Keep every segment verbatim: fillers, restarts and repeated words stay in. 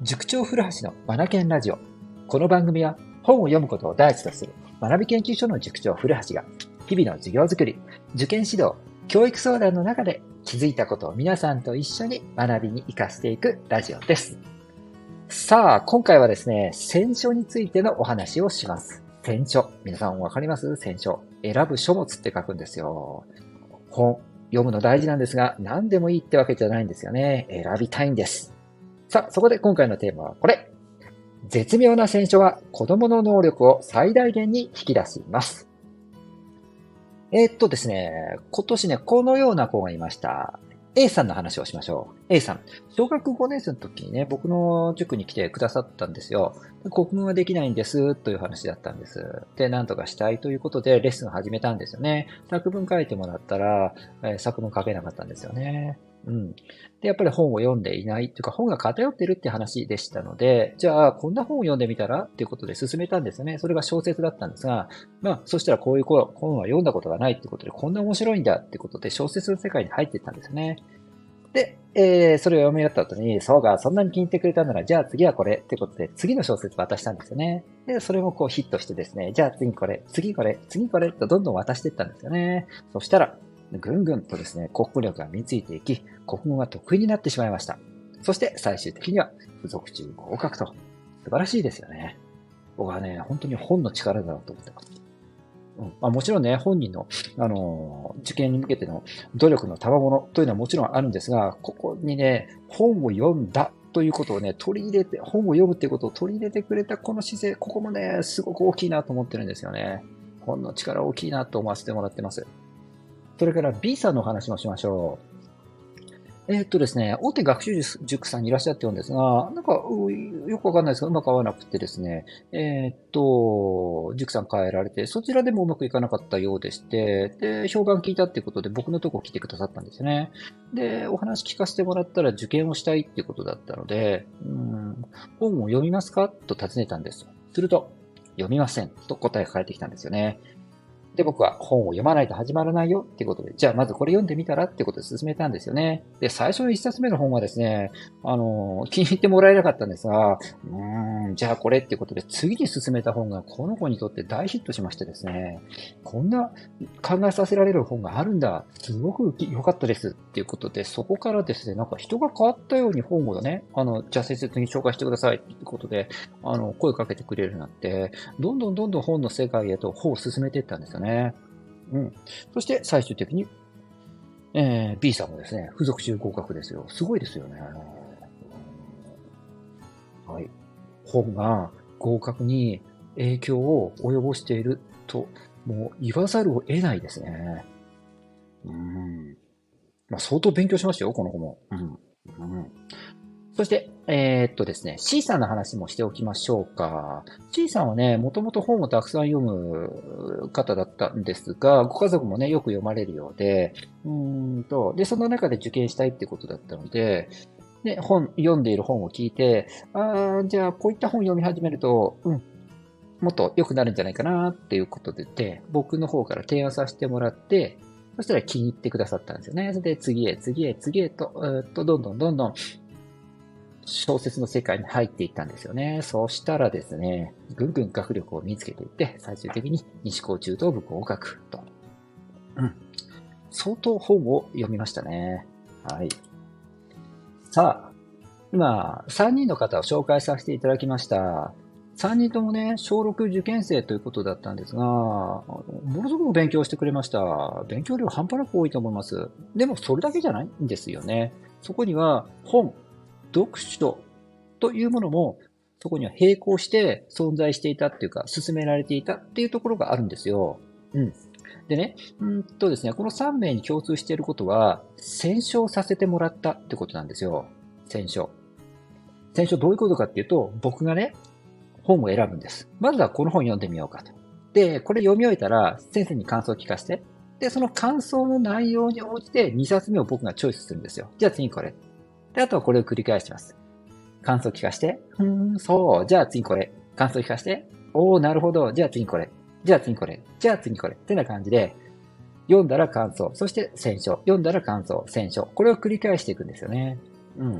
塾長古橋のマナケンラジオ。この番組は本を読むことを第一とする学び研究所の塾長古橋が日々の授業づくり、受験指導、教育相談の中で気づいたことを皆さんと一緒に学びに活かしていくラジオです。さあ、今回はですね、選書についてのお話をします。選書。皆さんわかります？選書。選ぶ書物って書くんですよ。本、読むの大事なんですが、何でもいいってわけじゃないんですよね。選びたいんです。さあ、そこで今回のテーマはこれ。絶妙な選書は子供の能力を最大限に引き出します。えー、っとですね、今年ね、このような子がいました。A さんの話をしましょう。A さん。小学ごねん生の時にね、僕の塾に来てくださったんですよ。国文はできないんですという話だったんです。で、なんとかしたいということでレッスンを始めたんですよね。作文書いてもらったら、えー、作文書けなかったんですよね。うん。で、やっぱり本を読んでいないというか本が偏ってるって話でしたので、じゃあこんな本を読んでみたらっていうことで進めたんですよね。それが小説だったんですが、まあ、そしたらこういう本は読んだことがないってことで、こんな面白いんだってことで小説の世界に入っていったんですよね。で、えー、それを読み終わった後に、そうか、そんなに気に入ってくれたなら、じゃあ次はこれってことで、次の小説渡したんですよね。で、それもこうヒットしてですね、じゃあ次これ、次これ、次これとどんどん渡していったんですよね。そしたら、ぐんぐんとですね、国語力が身についていき、国語が得意になってしまいました。そして最終的には、付属中合格と。素晴らしいですよね。僕はね、本当に本の力だなと思ってます。うんまあ、もちろんね、本人の、あのー、受験に向けての努力の賜物というのはもちろんあるんですが、ここにね、本を読んだということをね、取り入れて、本を読むっていうことを取り入れてくれたこの姿勢、ここもね、すごく大きいなと思ってるんですよね。本の力大きいなと思わせてもらってます。それから B さんのお話もしましょう。えーっとですね、大手学習塾さんにいらっしゃってるんですが、なんか、よくわかんないですが、うまく合わなくてですね、えーっと、塾さん変えられて、そちらでもうまくいかなかったようでして、で、評判聞いたっていうことで僕のとこ来てくださったんですよね。で、お話聞かせてもらったら受験をしたいっていうことだったので、うん、本を読みますかと尋ねたんです。すると、読みませんと答えが返ってきたんですよね。で、僕は本を読まないと始まらないよっていうことで、じゃあまずこれ読んでみたらってことで進めたんですよね。で、最初の一冊目の本はですね、あの、気に入ってもらえなかったんですが、うーん、じゃあこれっていうことで次に進めた本がこの子にとって大ヒットしましてですね、こんな考えさせられる本があるんだ、すごく良かったですっていうことで、そこからですね、なんか人が変わったように本をね、あの、じゃあ先生に紹介してくださいっていうことで、あの、声かけてくれるようになって、どんどんどんどん本の世界へと本を進めていったんですよね。うん。そして最終的に、えー、B さんもですね、付属中合格ですよ。すごいですよね。はい。本が合格に影響を及ぼしていると、もう言わざるを得ないですね。うん。まあ、相当勉強しましたよ、この子も。うん。うん。そして、えーっとですね、C さんの話もしておきましょうか。C さんはね、もともと本をたくさん読む方だったんですが、ご家族もね、よく読まれるようで、うーんと、で、その中で受験したいってことだったので、で、本、読んでいる本を聞いて、ああ、じゃあ、こういった本を読み始めると、うん、もっと良くなるんじゃないかなっていうことで、で僕の方から提案させてもらって、そしたら気に入ってくださったんですよね。で、次へ、次へ、次へと、えーっと、どんどんどんどん小説の世界に入っていったんですよね。そうしたらですね、ぐんぐん学力を身につけていって、最終的に西高中等部合格と。うん。相当本を読みましたね。はい。さあ、今、さんにんの方を紹介させていただきました。さんにんともね、小ろく受験生ということだったんですが、ものすごく勉強してくれました。勉強量半端なく多いと思います。でもそれだけじゃないんですよね。そこには本、読書というものも、そこには並行して存在していたっていうか、進められていたっていうところがあるんですよ。うん。でね、うんとですね、このさん名に共通していることは、選書させてもらったってことなんですよ。選書。選書どういうことかっていうと、僕がね、本を選ぶんです。まずはこの本読んでみようかと。で、これ読み終えたら、先生に感想を聞かせて。で、その感想の内容に応じてにさつめを僕がチョイスするんですよ。じゃあ次これ。で、あとはこれを繰り返します。感想聞かして。うーん、そう。じゃあ次これ。感想聞かして。おー、なるほど。じゃあ次これ。じゃあ次これ。じゃあ次これ。ってな感じで、読んだら感想。そして選書。読んだら感想。選書。これを繰り返していくんですよね。うん。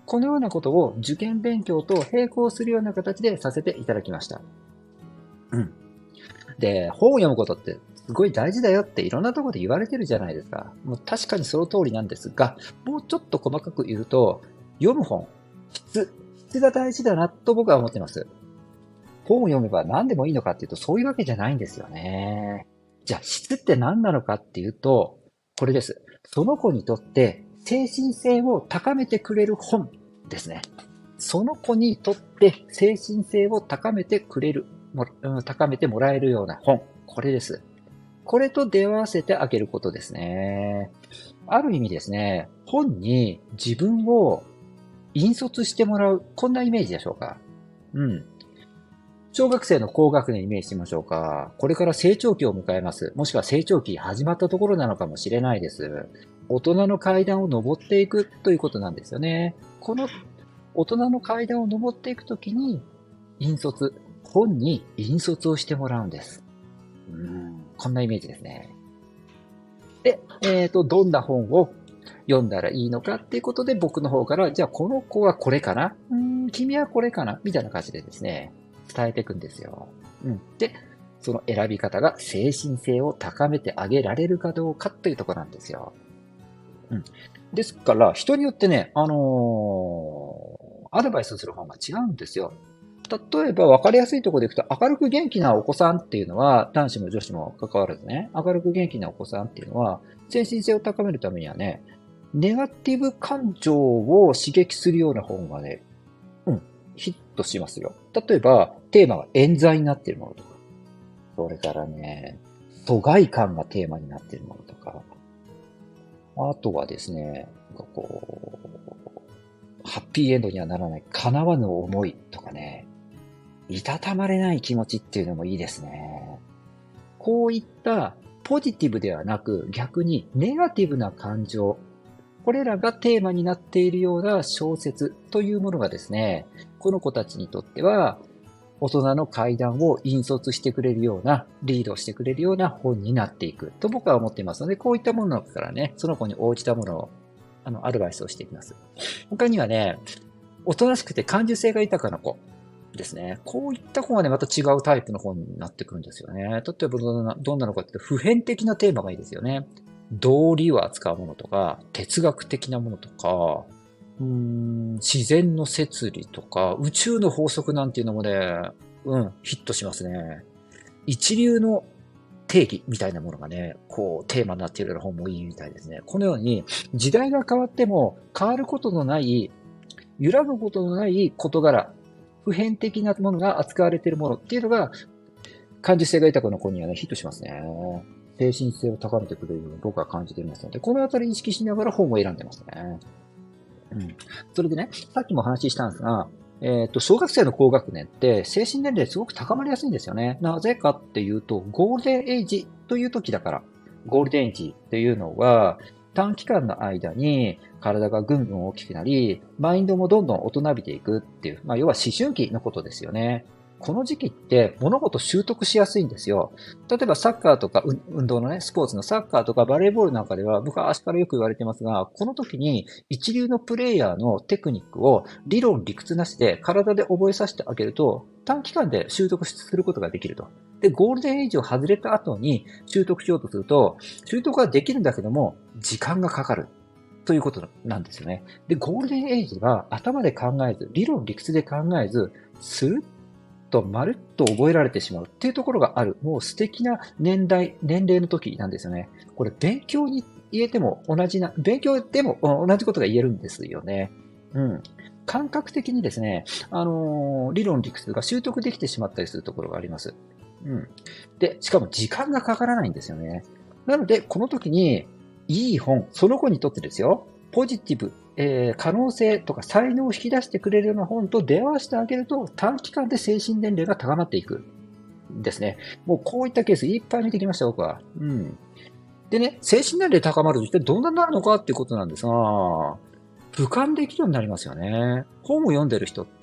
このようなことを受験勉強と並行するような形でさせていただきました。うん。で、本を読むことってすごい大事だよっていろんなところで言われてるじゃないですか。もう確かにその通りなんですが、もうちょっと細かく言うと、読む本、質、質が大事だなと僕は思っています。本を読めば何でもいいのかっていうと、そういうわけじゃないんですよね。じゃあ、質って何なのかっていうと、これです。その子にとって精神性を高めてくれる本ですね。その子にとって精神性を高めてくれる、もうん高めてもらえるような本。これです。これと出会わせてあげることですね。ある意味ですね、本に自分を引率してもらう、こんなイメージでしょうか。うん。小学生の高学年イメージしましょうか。これから成長期を迎えます。もしくは成長期始まったところなのかもしれないです。大人の階段を登っていくということなんですよね。この大人の階段を登っていくときに、引率、本に引率をしてもらうんです。うん、こんなイメージですね。で、えっと、どんな本を読んだらいいのかっていうことで僕の方から、じゃあこの子はこれかなうーん、君はこれかなみたいな感じでですね、伝えていくんですよ。うん。で、その選び方が精神性を高めてあげられるかどうかというところなんですよ。うん。ですから、人によってね、あのーアドバイスする本が違うんですよ。例えば分かりやすいところでいくと、明るく元気なお子さんっていうのは、男子も女子も関わらずね、明るく元気なお子さんっていうのは、精神性を高めるためにはね、ネガティブ感情を刺激するような本がね、うん、ヒットしますよ。例えば、テーマが冤罪になっているものとか、それからね、疎外感がテーマになっているものとか、あとはですね、なんかこう、ハッピーエンドにはならない叶わぬ思いとかね、いたたまれない気持ちっていうのもいいですね。こういったポジティブではなく逆にネガティブな感情、これらがテーマになっているような小説というものがですね、この子たちにとっては大人の階段を引率してくれるような、リードしてくれるような本になっていくと僕は思っていますので、こういったものの中からね、その子に応じたものをあのアドバイスをしていきます。他にはね、おとなしくて感受性が豊かな子。ですね。こういった本はね、また違うタイプの本になってくるんですよね。例えばどんな、どんなのかっていうと、普遍的なテーマがいいですよね。道理を扱うものとか、哲学的なものとか、うーん、自然の摂理とか、宇宙の法則なんていうのもね、うん、ヒットしますね。一流の定義みたいなものがね、こう、テーマになっているような本もいいみたいですね。このように、時代が変わっても変わることのない、揺らぐことのない事柄、普遍的なものが扱われているものっていうのが、感受性が豊かな子にはね、ヒットしますね。精神性を高めてくれるように僕は感じていますので、このあたり意識しながら本を選んでますね。うん。それでね、さっきも話したんですが、えっと、小学生の高学年って精神年齢すごく高まりやすいんですよね。なぜかっていうと、ゴールデンエイジという時だから。ゴールデンエイジっていうのは、短期間の間に体がぐんぐん大きくなり、マインドもどんどん大人びていくっていう、まあ要は思春期のことですよね。この時期って物事習得しやすいんですよ。例えばサッカーとか運動のね、スポーツのサッカーとかバレーボールなんかでは昔からよく言われてますが、この時に一流のプレイヤーのテクニックを理論理屈なしで体で覚えさせてあげると短期間で習得することができると。で、ゴールデンエイジを外れた後に習得しようとすると、習得はできるんだけども、時間がかかる。ということなんですよね。で、ゴールデンエイジは頭で考えず、理論理屈で考えず、スルッとまるっと覚えられてしまうっていうところがある。もう素敵な年代、年齢の時なんですよね。これ勉強に言えても同じな、勉強でも同じことが言えるんですよね。うん。感覚的にですね、あのー理論理屈が習得できてしまったりするところがあります。うん。で、しかも時間がかからないんですよね。なので、この時に、いい本、その子にとってですよ、ポジティブ、えー可能性とか才能を引き出してくれるような本と出会わせてあげると、短期間で精神年齢が高まっていく。ですね。もうこういったケースいっぱい見てきました、僕は。うん。でね、精神年齢高まると一体どんなになるのかっていうことなんですが、俯瞰できるようになりますよね。本を読んでる人って、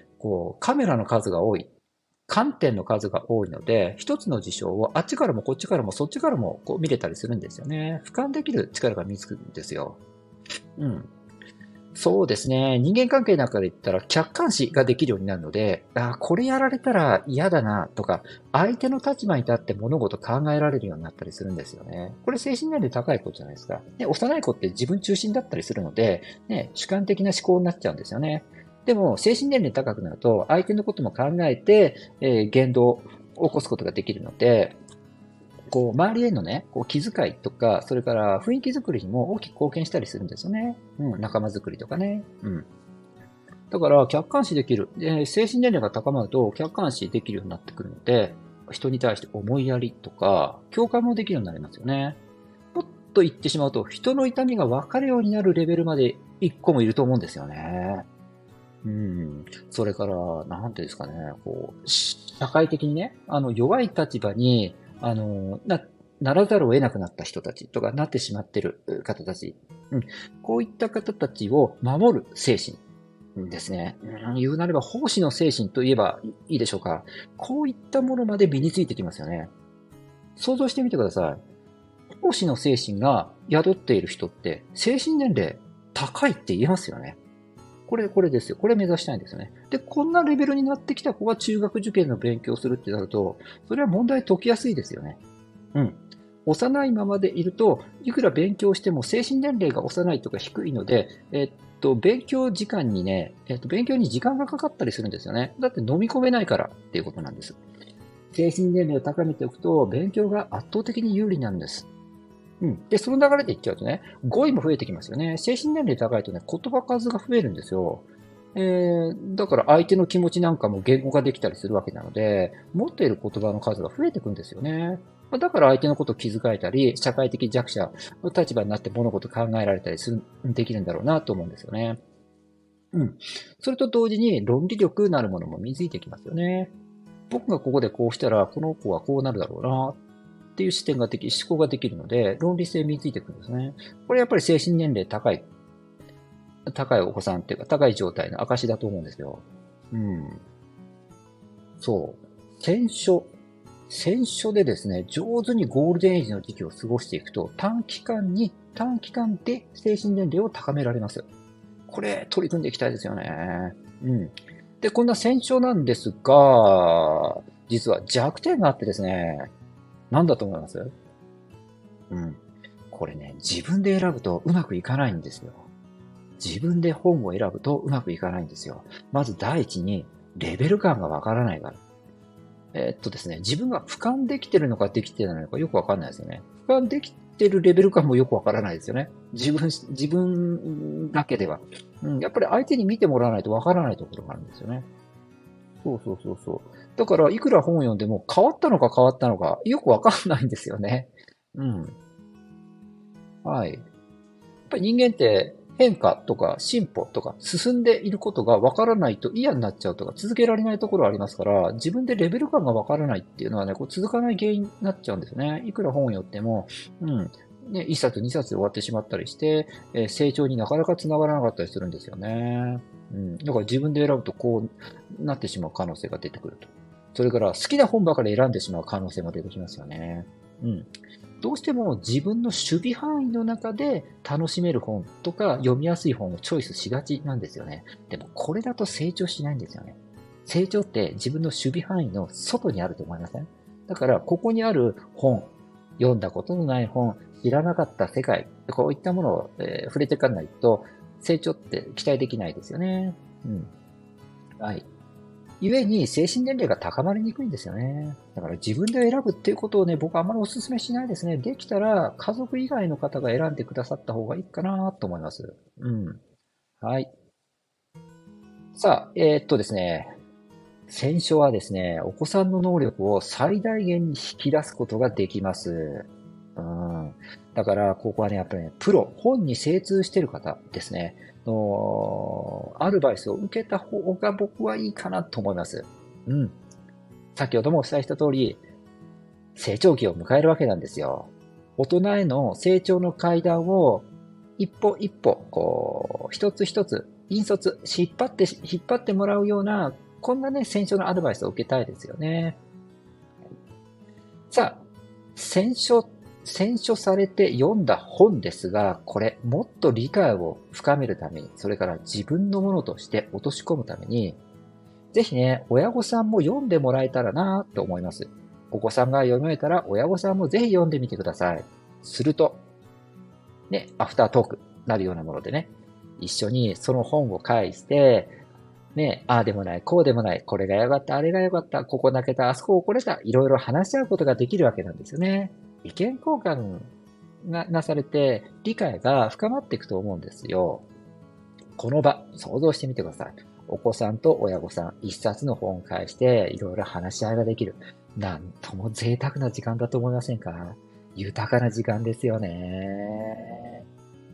こう、カメラの数が多い。観点の数が多いので、一つの事象をあっちからもこっちからもそっちからもこう見れたりするんですよね。俯瞰できる力が身につくんですよ。うん。 そうですね。人間関係なんかで言ったら客観視ができるようになるので、あ、これやられたら嫌だなとか、相手の立場に立って物事考えられるようになったりするんですよね。これ精神年齢高い子じゃないですか。で、幼い子って自分中心だったりするので、ね、主観的な思考になっちゃうんですよね。でも、精神年齢高くなると、相手のことも考えて、えー言動を起こすことができるので、こう、周りへのね、こう気遣いとか、それから雰囲気作りにも大きく貢献したりするんですよね。うん、仲間作りとかね。うん。だから、客観視できる。で、精神年齢が高まると、客観視できるようになってくるので、人に対して思いやりとか、共感もできるようになりますよね。もっと言ってしまうと、人の痛みが分かるようになるレベルまで一個もいると思うんですよね。うん。それから、なんていうんですかね、こう、社会的にね、あの、弱い立場に、あの、な、ならざるを得なくなった人たちとか、なってしまっている方たち。うん。こういった方たちを守る精神ですね。うん、言うなれば、奉仕の精神と言えばいいでしょうか。こういったものまで身についてきますよね。想像してみてください。奉仕の精神が宿っている人って、精神年齢高いって言えますよね。これ、これですよ。これ目指したいんですよね。で、こんなレベルになってきた子が中学受験の勉強をするってなると、それは問題解きやすいですよね。うん。幼いままでいると、いくら勉強しても精神年齢が幼いとか低いので、えっと、勉強時間にね、えっと、勉強に時間がかかったりするんですよね。だって飲み込めないからっていうことなんです。精神年齢を高めておくと、勉強が圧倒的に有利なんです。うん。で、その流れでいっちゃうとね、語彙も増えてきますよね。精神年齢高いとね、言葉数が増えるんですよ。えー、だから相手の気持ちなんかも言語化できたりするわけなので、持っている言葉の数が増えていくんですよね。まあだから相手のことを気遣えたり、社会的弱者の立場になって物事を考えられたりする、できるんだろうなと思うんですよね。うん。それと同時に論理力なるものも身についてきますよね。僕がここでこうしたら、この子はこうなるだろうなっていう視点ができ、思考ができるので、論理性身についてくるんですね。これやっぱり精神年齢高い、高いお子さんっていうか、高い状態の証だと思うんですよ。うん。そう。選書。選書でですね、上手にゴールデンエイジの時期を過ごしていくと、短期間に、短期間で精神年齢を高められます。これ、取り組んでいきたいですよね。うん。で、こんな選書なんですが、実は弱点があってですね、何だと思います？うん。これね、自分で選ぶとうまくいかないんですよ。自分で本を選ぶとうまくいかないんですよ。まず第一に、レベル感がわからないから。えーっとですね、自分が俯瞰できてるのかできてないのかよくわかんないですよね。俯瞰できてるレベル感もよくわからないですよね。自分、自分だけでは。うん、やっぱり相手に見てもらわないとわからないところがあるんですよね。そうそうそうそう。だから、いくら本を読んでも変わったのか変わったのかよくわかんないんですよね。うん。はい。やっぱり人間って変化とか進歩とか進んでいることがわからないと嫌になっちゃうとか続けられないところありますから、自分でレベル感がわからないっていうのはね、こう続かない原因になっちゃうんですね。いくら本を読っても、うん。ね、いっさつにさつで終わってしまったりして、えー成長になかなか繋がらなかったりするんですよね。うん。だから自分で選ぶとこうなってしまう可能性が出てくると。それから好きな本ばかり選んでしまう可能性も出てきますよね。うん。どうしても自分の守備範囲の中で楽しめる本とか読みやすい本をチョイスしがちなんですよね。でもこれだと成長しないんですよね。成長って自分の守備範囲の外にあると思いません？だからここにある本、読んだことのない本、知らなかった世界、こういったものを、えー触れていかないと成長って期待できないですよね。うん。はい。故に精神年齢が高まりにくいんですよね。だから自分で選ぶっていうことをね、僕はあんまりお勧めしないですね。できたら家族以外の方が選んでくださった方がいいかなと思います。うん。はい。さあ、えーっとですね、選書はですね、お子さんの能力を最大限に引き出すことができます。うん。だから、ここはね、やっぱりね、プロ、本に精通している方ですね、のアドバイスを受けた方が僕はいいかなと思います。うん。先ほどもお伝えした通り、成長期を迎えるわけなんですよ。大人への成長の階段を一歩一歩、こう、一つ一つ、引率、引っ張って、引っ張ってもらうような、こんなね、選書のアドバイスを受けたいですよね。さあ、選書選書されて読んだ本ですが、これもっと理解を深めるために、それから自分のものとして落とし込むために、ぜひね、親御さんも読んでもらえたらなと思います。お子さんが読めたら親御さんもぜひ読んでみてください。すると、ね、アフタートークなるようなものでね、一緒にその本を返して、ね、ああでもない、こうでもない、これが良かった、あれが良かった、ここ泣けた、あそこ怒れた、いろいろ話し合うことができるわけなんですよね。意見交換がなされて、理解が深まっていくと思うんですよ。この場、想像してみてください。お子さんと親御さん、一冊の本を返して、いろいろ話し合いができる。なんとも贅沢な時間だと思いませんか？豊かな時間ですよね。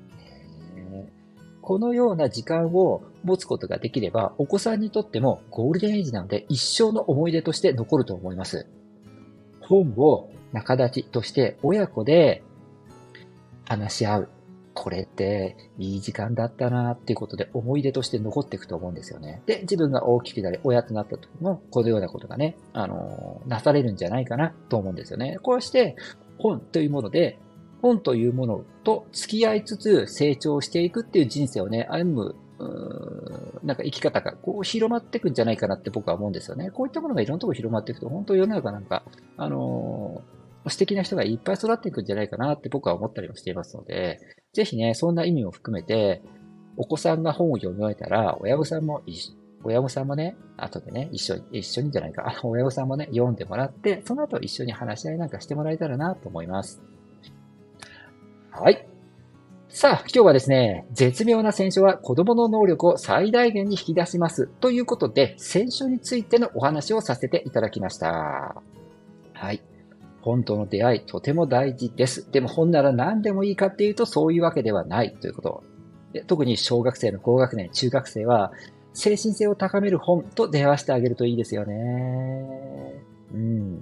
このような時間を持つことができれば、お子さんにとってもゴールデンエイジなので一生の思い出として残ると思います。本を仲立ちとして親子で話し合う。これっていい時間だったなっていうことで思い出として残っていくと思うんですよね。で、自分が大きくなり親となった時もこのようなことがね、あの、なされるんじゃないかなと思うんですよね。こうして本というもので、本というものと付き合いつつ成長していくっていう人生をね、歩む、うーんなんか生き方がこう広まっていくんじゃないかなって僕は思うんですよね。こういったものがいろんなところ広まっていくと、本当世の中なんか、あのー素敵な人がいっぱい育っていくんじゃないかなって僕は思ったりもしていますので、ぜひね、そんな意味も含めて、お子さんが本を読み終えたら、親御さんも一緒、親御さんもね、後でね、一緒に、一緒にじゃないか、親御さんもね、読んでもらって、その後一緒に話し合いなんかしてもらえたらなと思います。はい。さあ、今日はですね、絶妙な選書は子供の能力を最大限に引き出します。ということで、選書についてのお話をさせていただきました。はい。本との出会い、とても大事です。でも本なら何でもいいかっていうと、そういうわけではないということ。で特に小学生の高学年、中学生は、精神性を高める本と出会わせてあげるといいですよね。うん。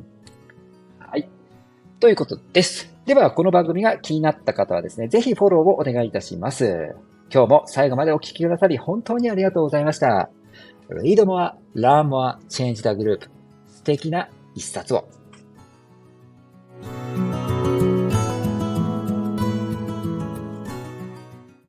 はい。ということです。では、この番組が気になった方はですね、ぜひフォローをお願いいたします。今日も最後までお聞きくださり、本当にありがとうございました。Read more, learn more, change the group. 素敵な一冊を。